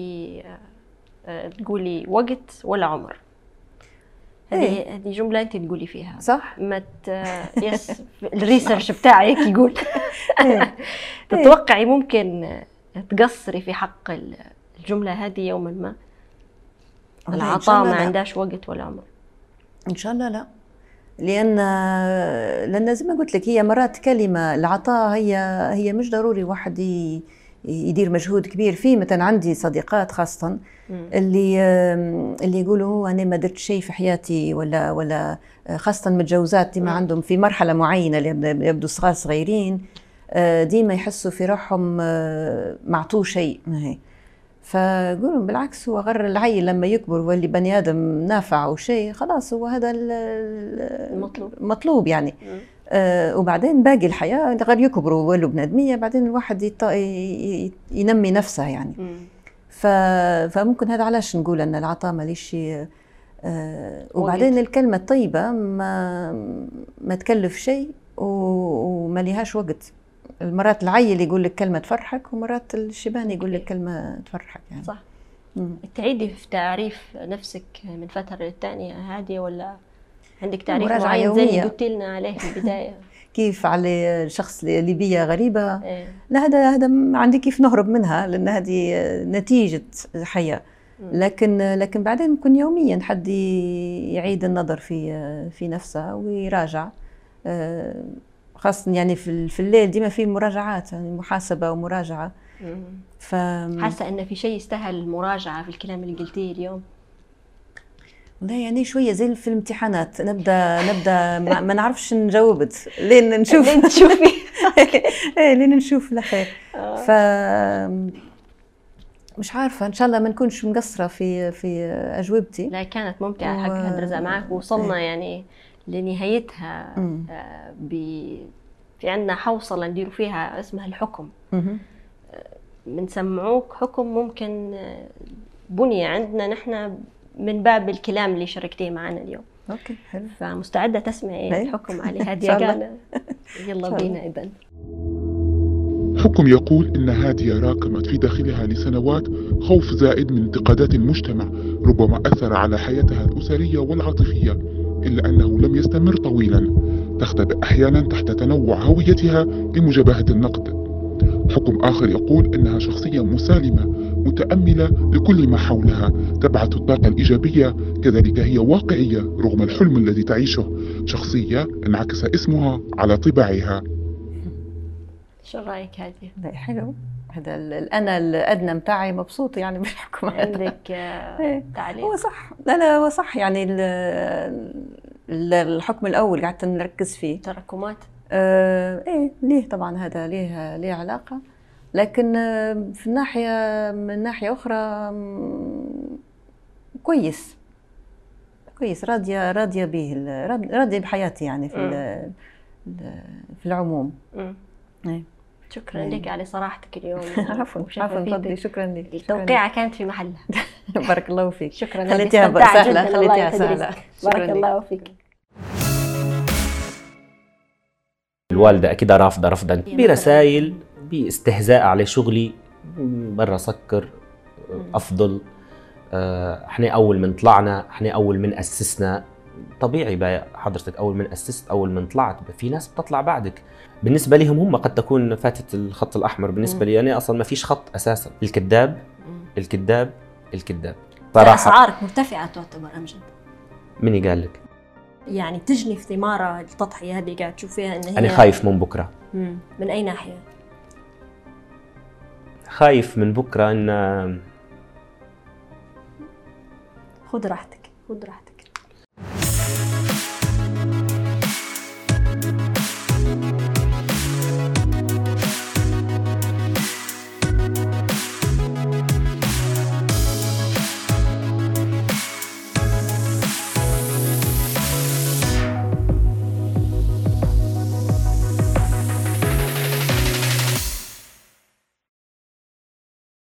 تقولي وقت ولا عمر. هذه هذه جمله انت تقولي فيها صح؟ ما يس الريسيرش بتاعك يقول. تتوقعي ممكن تقصري في حق الجمله هذه يوما ما؟ العطاء ما عندهاش وقت ولا عمر. ان شاء الله لا، لان لان زي ما قلت لك هي مرات كلمه العطاء هي هي مش ضروري واحد يدير مجهود كبير فيه. مثلا عندي صديقات خاصه مم. اللي اللي يقولوا انا ما درت شيء في حياتي، ولا ولا خاصه متجوزات ديما عندهم في مرحله معينه اللي يبدو صغار صغيرين، ديما يحسوا في روحهم ما عطوه شيء. فقولوا بالعكس، هو غير العيل لما يكبر واللي بني ادم نافع او شيء خلاص هو هذا المطلوب المطلوب يعني. مم. آه وبعدين باقي الحياه غير يكبروا ويولوا بنادميه، بعدين الواحد يط... ينمي نفسه يعني. ف... فممكن هذا علاش نقول ان العطاء ماليش. آه وبعدين الكلمه الطيبه ما ما تكلف شيء وما ليهاش وقت. المرات العيل يقول لك كلمه تفرحك، ومرات الشبان يقول لك كلمه تفرحك يعني. صح. مم. تعيدي في تعريف نفسك من فتره للثانيه هذه، ولا عندك تعريف معين زي اللي قلت لنا عليه في البدايه؟ كيف على شخص ليبيه غريبه؟ إيه؟ لا هذا هذا عندي كيف نهرب منها، لان هذه نتيجه حياه. لكن لكن بعدين ممكن يوميا حد يعيد النظر في في نفسه ويراجع، خاصة يعني في في الليل ديما في مراجعات، يعني محاسبة ومراجعة. ف حاسة إن في شيء يستاهل المراجعة في الكلام اللي قلتيه اليوم؟ لا يعني شوية زي في الامتحانات، نبدأ نبدأ ما, ما نعرفش نجاوبت لين نشوف لين تشوفي ايه لين نشوف الخير. ف مش عارفة، إن شاء الله ما نكونش مقصرة في في أجوبتي. لا كانت ممتعة و... حق هالدرزة معك، وصلنا ايه. يعني لنهايتها. آه ب... في عندنا حوصلة نديروا فيها اسمها الحكم. بنسمعوك حكم ممكن بني عندنا نحن من باب الكلام اللي شاركتيه معنا اليوم. اوكي حلو. فمستعدة تسمعي الحكم عليه هادية قالة. يلا بينا إذن. حكم يقول إن هادية راكمت في داخلها لسنوات خوف زائد من انتقادات المجتمع ربما أثر على حياتها الأسرية والعاطفية، إلا أنه لم يستمر طويلا، تختبئ أحيانا تحت تنوع هويتها لمجابهة النقد. حكم آخر يقول إنها شخصية مسالمة متأملة لكل ما حولها، تبعث الطاقة الإيجابية، كذلك هي واقعية رغم الحلم الذي تعيشه، شخصية انعكس اسمها على طباعها. شو رأيك هادية؟ لا حلو، هذا الأنا الأدنى متاعي مبسوط يعني بالحكم. عندك تعليق؟ هو صح، لا لا هو صح يعني الحكم الأول قعدت نركز فيه تراكمات. آه ايه ليه طبعا هذا ليه ليه علاقة، لكن في الناحية من ناحية أخرى كويس كويس راضية راضية به راضية بحياتي يعني في في العموم. ايه. شكرا لك على صراحتك اليوم. عفوا عفوا تفضلي. شكرا لك. التوقيعة كانت في محلها. بارك الله فيك. شكرا. خليتيها سهلة خليتيها سهلة. بارك الله فيك. الوالدة أكيد رافضة رفضا برسائل باستهزاء على شغلي، برا سكر أفضل، احنا أول من طلعنا، احنا أول من أسسنا. طبيعي بقى حضرتك أول من أسست أول من طلعت، في ناس بتطلع بعدك. بالنسبة لهم هم قد تكون فاتت الخط الأحمر، بالنسبة لي أنا أصلا ما فيش خط أساسا. الكذاب الكذاب الكذاب. صراحة أسعارك مرتفعة تعتبر أمجد. مني قال لك؟ يعني تجني في ثمارة التضحية هذه قاعد تشوف فيها إن هي. أنا خايف من بكرة. مم. من أي ناحية؟ خايف من بكرة إن خذ راحتك خذ راحتك